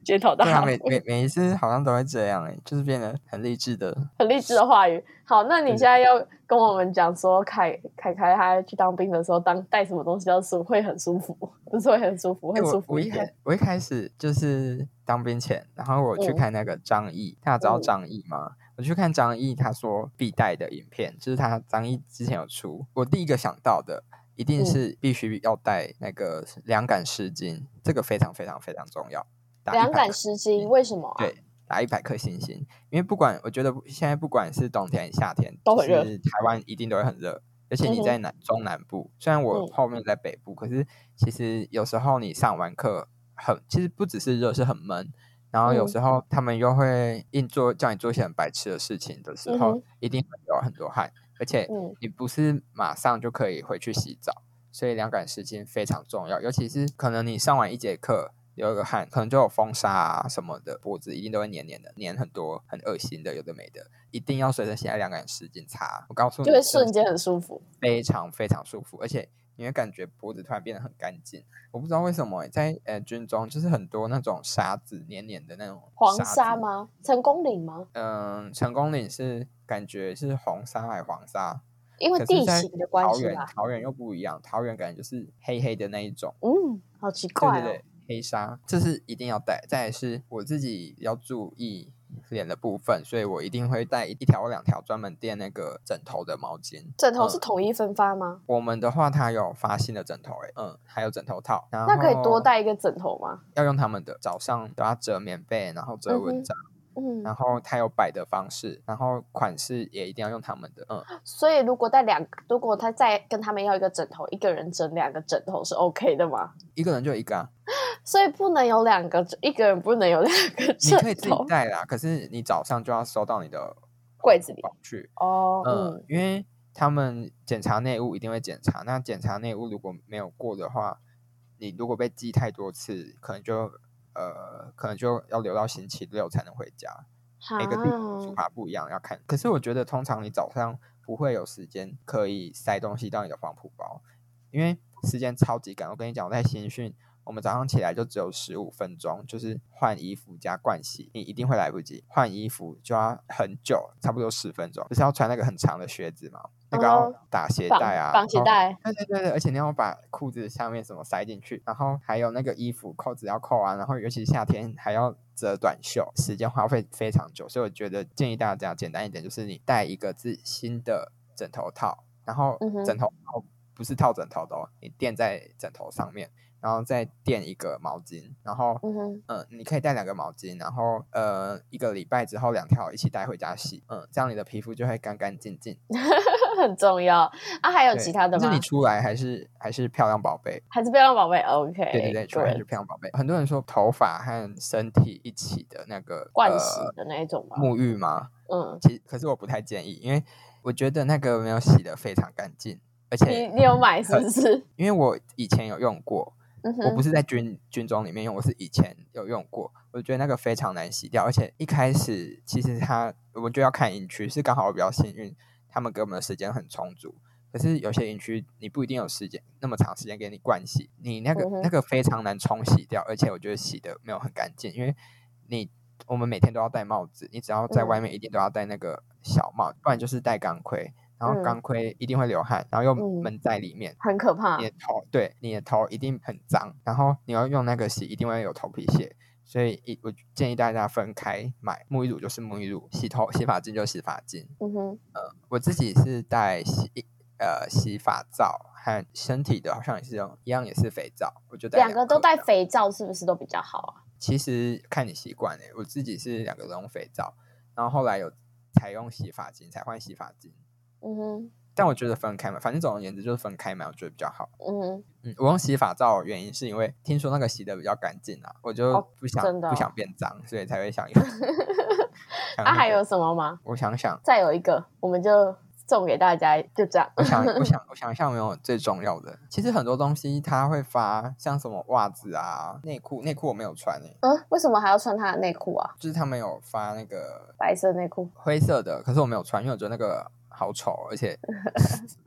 Speaker 1: 检讨大会。
Speaker 2: 对啊，每一次好像都会这样就是变得很励志的
Speaker 1: 话语。好，那你现在要跟我们讲说，凯他去当兵的时候，带什么东西会很舒服，不是会很舒服，会舒服一点。
Speaker 2: 我一开始就是当兵前，然后我去看那个张毅，大家知道张毅吗？我去看张毅，他说必带的影片，就是张毅之前有出，我第一个想到的一定是必须要带那个凉感湿巾，这个非常非常非常重要。
Speaker 1: 凉感湿巾为什么
Speaker 2: 对，打100颗星星，因为我觉得现在不管是冬天夏天
Speaker 1: 都很热，
Speaker 2: 就是台湾一定都会很热，而且你在中南部，虽然我后面在北部，可是其实有时候你上完课其实不只是热，是很闷。然后有时候他们又会叫你做一些很白痴的事情的时候，一定会有很多汗，而且你不是马上就可以回去洗澡，所以凉感湿巾非常重要。尤其是可能你上完1节课流一个汗，可能就有风沙啊什么的，脖子一定都会黏黏的，黏很多很恶心的，有的没的，一定要随身携带凉感湿巾擦。我告诉你，
Speaker 1: 就会瞬间很舒服，
Speaker 2: 非常非常舒服，而且你会感觉脖子突然变得很干净。我不知道为什么在军中就是很多那种沙子黏黏的那种
Speaker 1: 黄沙吗？成功岭吗？
Speaker 2: 成功岭是感觉是红沙还是黄沙？
Speaker 1: 因为地形的关系啦。
Speaker 2: 桃园又不一样，桃园感觉就是黑黑的那一种。
Speaker 1: 好奇怪
Speaker 2: 对，黑沙这是一定要带。再来是我自己要注意脸的部分，所以我一定会带1条或2条专门垫那个枕头的毛巾。
Speaker 1: 枕头是统一分发吗？
Speaker 2: 我们的话，它有发新的枕头还有枕头套。
Speaker 1: 那可以多带一个枕头吗？
Speaker 2: 要用他们的，早上都要折棉被，然后折蚊帐。然后它有摆的方式，然后款式也一定要用他们的。
Speaker 1: 所以如果他再跟他们要一个枕头，一个人整2个枕头是 OK 的吗？
Speaker 2: 一个人就一个啊。
Speaker 1: 所以不能有2个，一个人不能有2个枕头。
Speaker 2: 你可以自己带啦，可是你早上就要收到你的
Speaker 1: 柜子里
Speaker 2: 去。因为他们检查内务一定会检查，那检查内务如果没有过的话，你如果被记太多次，可能就要留到星期6才能回家。每个地方处罚不一样，要看。可是我觉得通常你早上不会有时间可以塞东西到你的黄埔包，因为时间超级赶。我跟你讲，我在新训，我们早上起来就只有15分钟，就是换衣服加盥洗，你一定会来不及。换衣服就要很久，差不多10分钟，就是要穿那个很长的靴子嘛，那个要打鞋带啊，
Speaker 1: 绑鞋带。
Speaker 2: 对，而且你要把裤子下面什么塞进去，然后还有那个衣服扣子要扣啊，然后尤其夏天还要折短袖，时间花费非常久。所以我觉得建议大家简单一点，就是你带一个新的枕头套，然后枕头套不是套枕头的你垫在枕头上面，然后再垫一个毛巾，然后你可以带2个毛巾，然后1个礼拜之后2条一起带回家洗，这样你的皮肤就会干干净净。
Speaker 1: 很重要啊！还有其他的吗？
Speaker 2: 就是你出来还是漂亮宝贝，
Speaker 1: 还是漂亮宝贝 ？OK，
Speaker 2: 对，出来还是漂亮宝贝。很多人说头发和身体一起的那个
Speaker 1: 盥洗的那一种吗？
Speaker 2: 沐浴吗？可是我不太建议，因为我觉得那个没有洗得非常干净，而且
Speaker 1: 你有买是不是？
Speaker 2: 因为我以前有用过。我不是在军中里面用，我是以前有用过，我觉得那个非常难洗掉，而且一开始其实我就要看营区，是刚好我比较幸运，他们给我们的时间很充足。可是有些营区你不一定有时间那么长时间给你盥洗，你那个非常难冲洗掉，而且我觉得洗的没有很干净，因为我们每天都要戴帽子，你只要在外面一定都要戴那个小帽，不然就是戴钢盔。然后钢盔一定会流汗，然后又闷在里面，
Speaker 1: 很可怕。
Speaker 2: 你的头一定很脏，然后你要用那个洗，一定会有头皮屑。所以我建议大家分开买，沐浴乳就是沐浴乳，洗发精就是洗发精。我自己是带洗发皂和身体的，好像也是一样，也是肥皂。我就带
Speaker 1: 2个都带肥皂，是不是都比较好啊？
Speaker 2: 其实看你习惯我自己是2个都用肥皂，然后后来有采用洗发精，才换洗发精。但我觉得分开嘛，反正总而言之就是分开买，我觉得比较好。我用洗发皂的原因是因为听说那个洗的比较干净啊，我就不想变脏，所以才会想用。
Speaker 1: 还有什么吗？
Speaker 2: 我想想，
Speaker 1: 再有一个，我们就送给大家，就这样。
Speaker 2: 我想一下有没有最重要的。其实很多东西它会发，像什么袜子啊、内裤我没有穿
Speaker 1: 为什么还要穿他的内裤啊？
Speaker 2: 就是他们有发那个
Speaker 1: 白色内裤，
Speaker 2: 灰色的，可是我没有穿，因为我觉得那个好丑，而且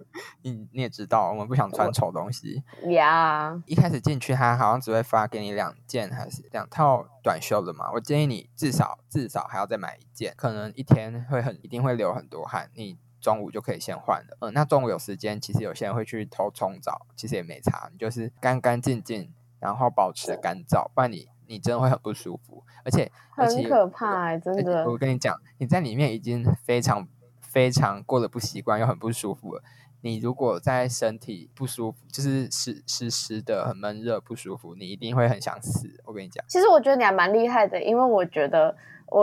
Speaker 2: 你也知道，我们不想穿丑东西
Speaker 1: 呀。
Speaker 2: 一开始进去，他好像只会发给你2件还是2套短袖的嘛。我建议你至少还要再买1件，可能一天一定会流很多汗，你中午就可以先换了。那中午有时间，其实有些人会去偷冲澡，其实也没差，你就是干干净净，然后保持干燥，不然你真的会很不舒服，而且
Speaker 1: 很可怕真的。
Speaker 2: 我跟你讲，你在里面已经非常非常过得不习惯又很不舒服了，你如果在身体不舒服，就是湿的很闷热不舒服，你一定会很想死。我跟你讲，
Speaker 1: 其实我觉得你还蛮厉害的，因为我觉得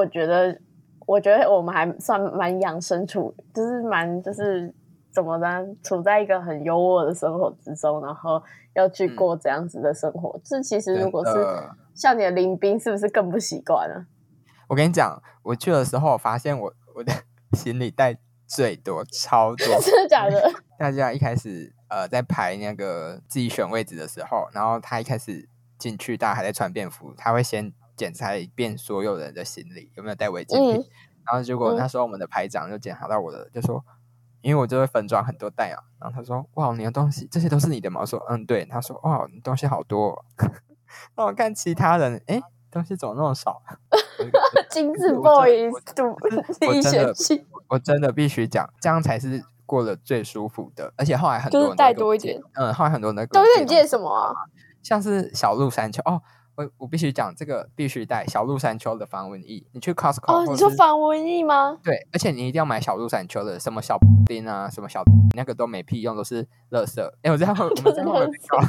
Speaker 1: 我们还算蛮养生就是怎么呢？处在一个很优渥的生活之中，然后要去过这样子的生活。这其实如果是像你的林兵，是不是更不习惯了？
Speaker 2: 我跟你讲，我去的时候，我发现我的行李带最多，超多，
Speaker 1: 真的假的？
Speaker 2: 大家一开始在排那个自己选位置的时候，然后他一开始进去，大家还在穿便服，他会先检查一遍所有人的行李有没有带违禁品，然后结果那时候我们的排长就检查到我的，就说，因为我就会分装很多袋啊，然后他说，哇，你的东西这些都是你的吗？我说，对。他说，哇，你东西好多哦。那我看其他人，东西怎么那么少？
Speaker 1: 精致 boy 历险记，
Speaker 2: 我真的必须讲，这样才是过得最舒服的。而且后来很多人
Speaker 1: 就是带多一点，
Speaker 2: 后来很多人
Speaker 1: 都给你借什么啊？
Speaker 2: 像是小鹿山丘哦，我必须讲这个必须带小鹿山丘的防蚊液。你去 Costco
Speaker 1: 你说防蚊液吗？
Speaker 2: 对，而且你一定要买小鹿山丘的，什么小丁啊，什么小那个都没屁用，都是垃圾。我这样我们这样会被告。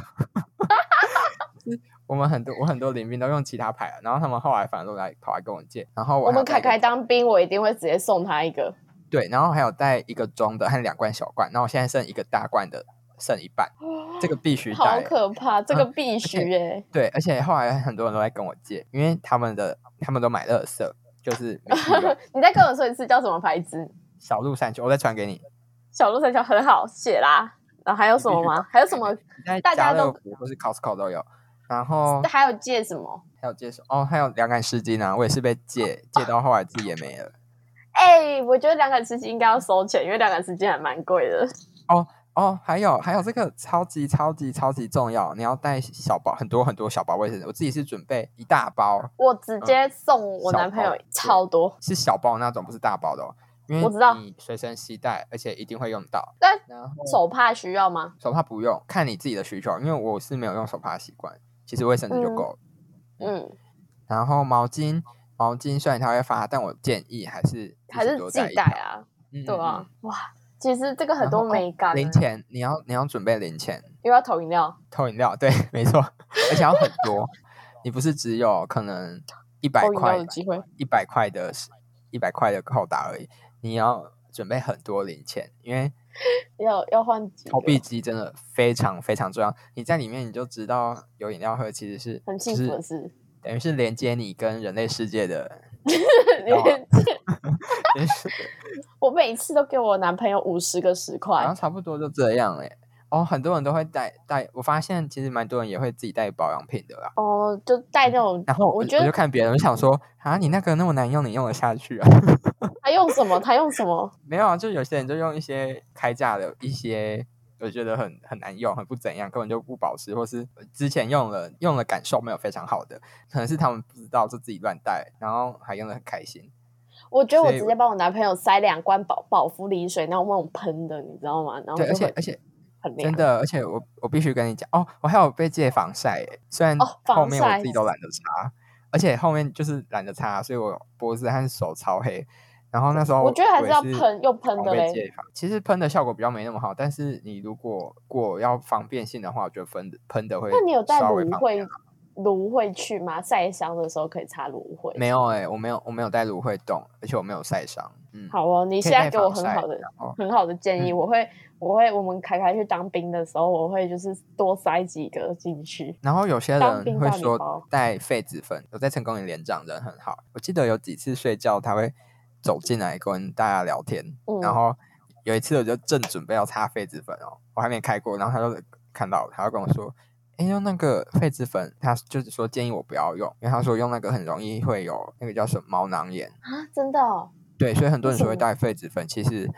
Speaker 2: 我很多邻兵都用其他牌，然后他们后来反而都跑来跟我借。然后
Speaker 1: 我们凯凯当兵，我一定会直接送他一个。
Speaker 2: 对，然后还有带1个中的和2罐小罐，然后我现在剩1个大罐的，剩一半，这个必须带。
Speaker 1: 好可怕，这个必须耶。
Speaker 2: 对，而且后来很多人都在跟我借，因为他们都买垃圾，就是
Speaker 1: 你再跟我说一次叫什么牌子？
Speaker 2: 小鹿山丘，我再传给你。
Speaker 1: 小鹿山丘很好写啦。然后还有什么吗？还有什么？大家都
Speaker 2: 或是 Costco 都有。然后
Speaker 1: 还有借什么？
Speaker 2: 还有借什么？还有凉感湿巾啊，我也是被借到后来自己也没了。
Speaker 1: 我觉得凉感湿巾应该要收钱，因为凉感湿巾还蛮贵的。
Speaker 2: 还有这个超级重要，你要带小包，很多很多小包卫生纸。我自己是准备1大包，
Speaker 1: 我直接送我男朋友超多，
Speaker 2: 是小包那种，不是大包的哦。因为你随身携带，而且一定会用到。
Speaker 1: 但手帕需要吗？
Speaker 2: 手帕不用，看你自己的需求。因为我是没有用手帕的习惯，其实卫生纸就够了。然后毛巾虽然他会发，但我建议还是
Speaker 1: 自己带啊。对啊，哇，其实这个很多美感。
Speaker 2: 零钱你要准备零钱，
Speaker 1: 又要投饮料，
Speaker 2: 对，没错，而且要很多。你不是只有可能100块的机会，100块的扣打而已。你要准备很多零钱，因为
Speaker 1: 要换
Speaker 2: 投币机真的非常非常重要。你在里面你就知道有饮料喝，其实是
Speaker 1: 很幸福的事，
Speaker 2: 等于是连接你跟人类世界的
Speaker 1: 连接。我每一次都给我男朋友50个10块，
Speaker 2: 然后差不多就这样很多人都会带，我发现其实蛮多人也会自己带保养品的啦。
Speaker 1: 就带那种，
Speaker 2: 然后
Speaker 1: 我觉得
Speaker 2: 就看别人，我想说你那个那么难用，你用得下去啊？
Speaker 1: 他用什么？
Speaker 2: 没有啊，就有些人就用一些开价的一些，我觉得很难用，很不怎样，根本就不保湿，或是之前用了感受没有非常好的，可能是他们不知道就自己乱带，然后还用得很开心。
Speaker 1: 我觉得我直接帮我男朋友塞2罐宝肤离水，然后那种喷的，你知道吗？然后
Speaker 2: 对，而且
Speaker 1: 很亮，
Speaker 2: 真的，而且我必须跟你讲我还有被借防晒虽然后面我自己都懒得擦，而且后面就是懒得擦，所以我脖子和手超黑。然后那时候
Speaker 1: 我觉得还是要用喷的嘞。
Speaker 2: 其实喷的效果比较没那么好，但是你如果要方便性的话，我觉得喷的会稍微方便。
Speaker 1: 那你有带芦荟去吗？晒伤的时候可以擦芦荟。
Speaker 2: 没有我没有带芦荟冻，而且我没有晒伤。
Speaker 1: 好哦，你现在给我很好的建议，我们凯凯去当兵的时候，我会就是多塞几个进去。
Speaker 2: 然后有些人会说带痱子粉，有在成功营连长人很好，我记得有几次睡觉他会走进来跟大家聊天，然后有一次我就正准备要擦痱子粉我还没开过，然后他就看到他就跟我说用那个痱子粉，他就是说建议我不要用，因为他说用那个很容易会有那个叫什么毛囊炎
Speaker 1: 啊，真的
Speaker 2: 对，所以很多人说会带痱子粉，其实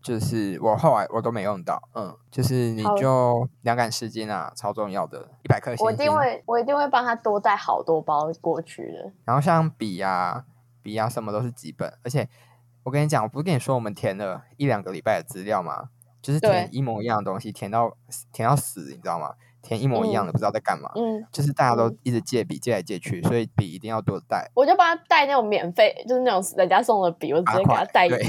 Speaker 2: 就是我后来我都没用到，就是你就两杆湿巾啊，超重要的100克星星，
Speaker 1: 我一定会帮他多带好多包过去的。
Speaker 2: 然后像笔啊什么都是基本，而且我跟你讲，我不是跟你说我们填了1-2个礼拜的资料吗？就是填一模一样的东西，填到死，你知道吗？填一模一样的，不知道在干嘛。就是大家都一直借笔，借来借去，所以笔一定要多带。
Speaker 1: 我就帮他带那种免费，就是那种人家送的笔，我直接给他带
Speaker 2: 对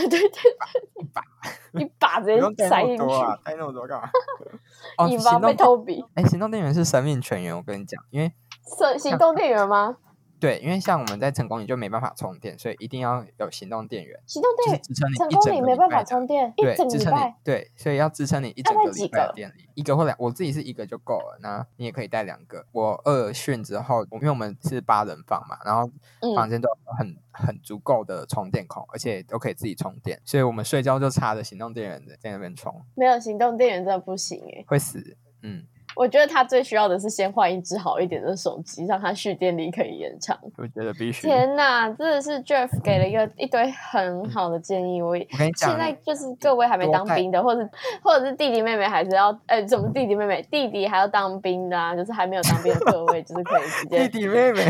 Speaker 1: 一把直接塞进去。
Speaker 2: 带那么多干嘛？
Speaker 1: 以防被偷笔。
Speaker 2: 行动电源是生命泉源，我跟你讲，因为
Speaker 1: 行动电源吗？
Speaker 2: 对，因为像我们在成功里就没办法充电，所以一定要有行动电源。
Speaker 1: 行动电源
Speaker 2: 支撑你
Speaker 1: 成功里没办法充电，
Speaker 2: 对，
Speaker 1: 一整个礼拜。
Speaker 2: 对，所以要支撑你一整个礼拜的电力。1个或2，我自己是1个就够了。那你也可以带2个。我2训之后，因为我们是8人房嘛，然后房间都很足够的充电孔，而且都可以自己充电，所以我们睡觉就插着行动电源在那边充。
Speaker 1: 没有行动电源真的不行
Speaker 2: 会死。
Speaker 1: 我觉得他最需要的是先换一只好一点的手机，让他蓄电力可以延长。
Speaker 2: 我觉得必须。
Speaker 1: 天哪，真的是 Jeff 给了一堆很好的建议。我
Speaker 2: 跟你讲，
Speaker 1: 现在就是各位还没当兵的，或者是弟弟妹妹还是要什么弟弟妹妹，弟弟还要当兵的啊，就是还没有当兵的各位，就是可以直接
Speaker 2: 弟弟妹妹。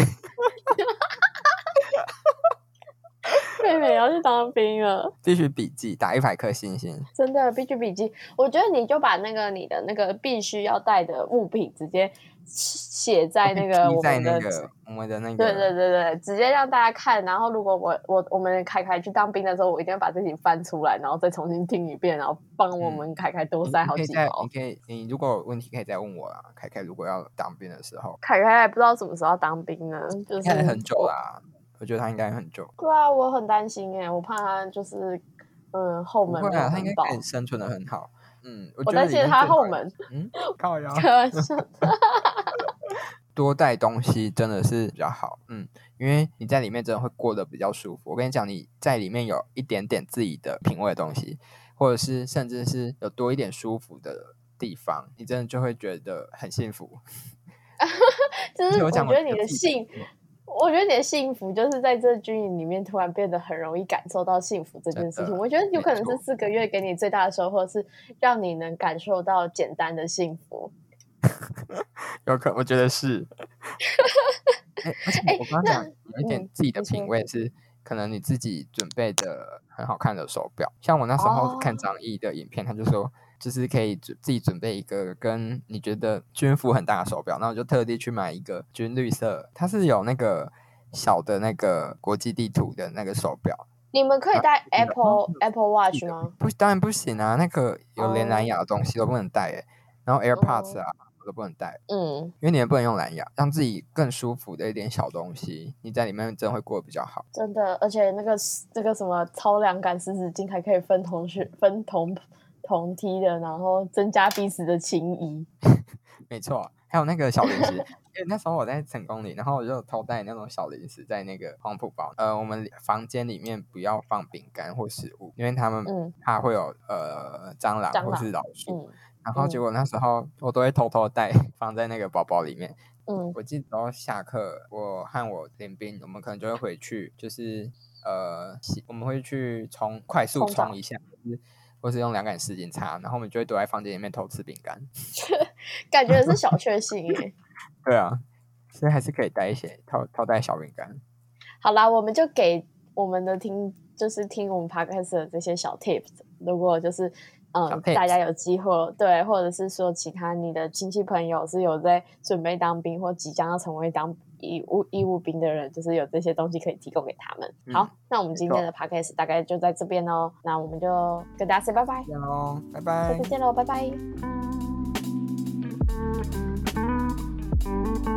Speaker 1: 妹妹要去当兵了，
Speaker 2: 必须笔记打100颗星星，
Speaker 1: 真的必须笔记。我觉得你就把你的那个必须要带的物品直接写在那个我们的那个，对，直接让大家看。然后如果我们凯凯去当兵的时候，我一定要把这集翻出来，然后再重新听一遍，然后帮我们凯凯多塞好几包。
Speaker 2: 你如果有问题可以再问我啦，凯凯如果要当兵的时候，
Speaker 1: 凯凯还不知道什么时候要当兵呢，就是
Speaker 2: 很久啦。我觉得他应该很久。
Speaker 1: 对啊，我很担心我怕他就是后门没有很饱。
Speaker 2: 他应该可以生存得很好。
Speaker 1: 我担心他后门。
Speaker 2: 靠腰。
Speaker 1: 开玩笑。
Speaker 2: 多带东西真的是比较好。因为你在里面真的会过得比较舒服。我跟你讲，你在里面有一点点自己的品味的东西，或者是甚至是有多一点舒服的地方，你真的就会觉得很幸福。
Speaker 1: 就是我觉得你的我觉得你的幸福就是在这军营里面突然变得很容易感受到幸福这件事情。我觉得有可能是4个月给你最大的收获是让你能感受到简单的幸福。
Speaker 2: 有可能，我觉得是。而且我刚刚讲有一点自己的品味是，可能你自己准备的很好看的手表，像我那时候看张毅的影片，他就说就是可以自己准备一个跟你觉得军服很大的手表，然后我就特地去买一个军绿色，它是有那个小的那个国际地图的那个手表。
Speaker 1: 你们可以带 Apple Watch 吗？
Speaker 2: 当然不行啊，那个有连蓝牙的东西都不能带然后 AirPods 都不能带，因为你也不能用蓝牙，让自己更舒服的一点小东西，你在里面真的会过得比较好。
Speaker 1: 真的，而且那个什么超凉感湿纸巾还可以分同梯的，然后增加彼此的情谊。
Speaker 2: 没错，还有那个小零食，因为那时候我在成功里，然后我就偷带那种小零食在那个黄埔包。我们房间里面不要放饼干或食物，因为他们怕会有蟑螂或是老鼠。然后结果那时候我都会偷偷带放在那个包包里面。我记得下课，我和我联兵，我们可能就会回去，就是我们会去快速冲一下，或是用2杆湿巾擦，然后我们就会躲在房间里面偷吃饼干。
Speaker 1: 感觉是小确幸
Speaker 2: 对啊，所以还是可以带一些偷带小饼干。
Speaker 1: 好啦，我们就给我们的听我们 podcast 的这些小 tips， 如果就是大家有机会，对，或者是说其他你的亲戚朋友是有在准备当兵或即将要成为义务兵的人，就是有这些东西可以提供给他们。好，那我们今天的 podcast 大概就在这边哦，那我们就跟大家 say 拜拜，
Speaker 2: 拜拜，
Speaker 1: 下次见喽，拜拜。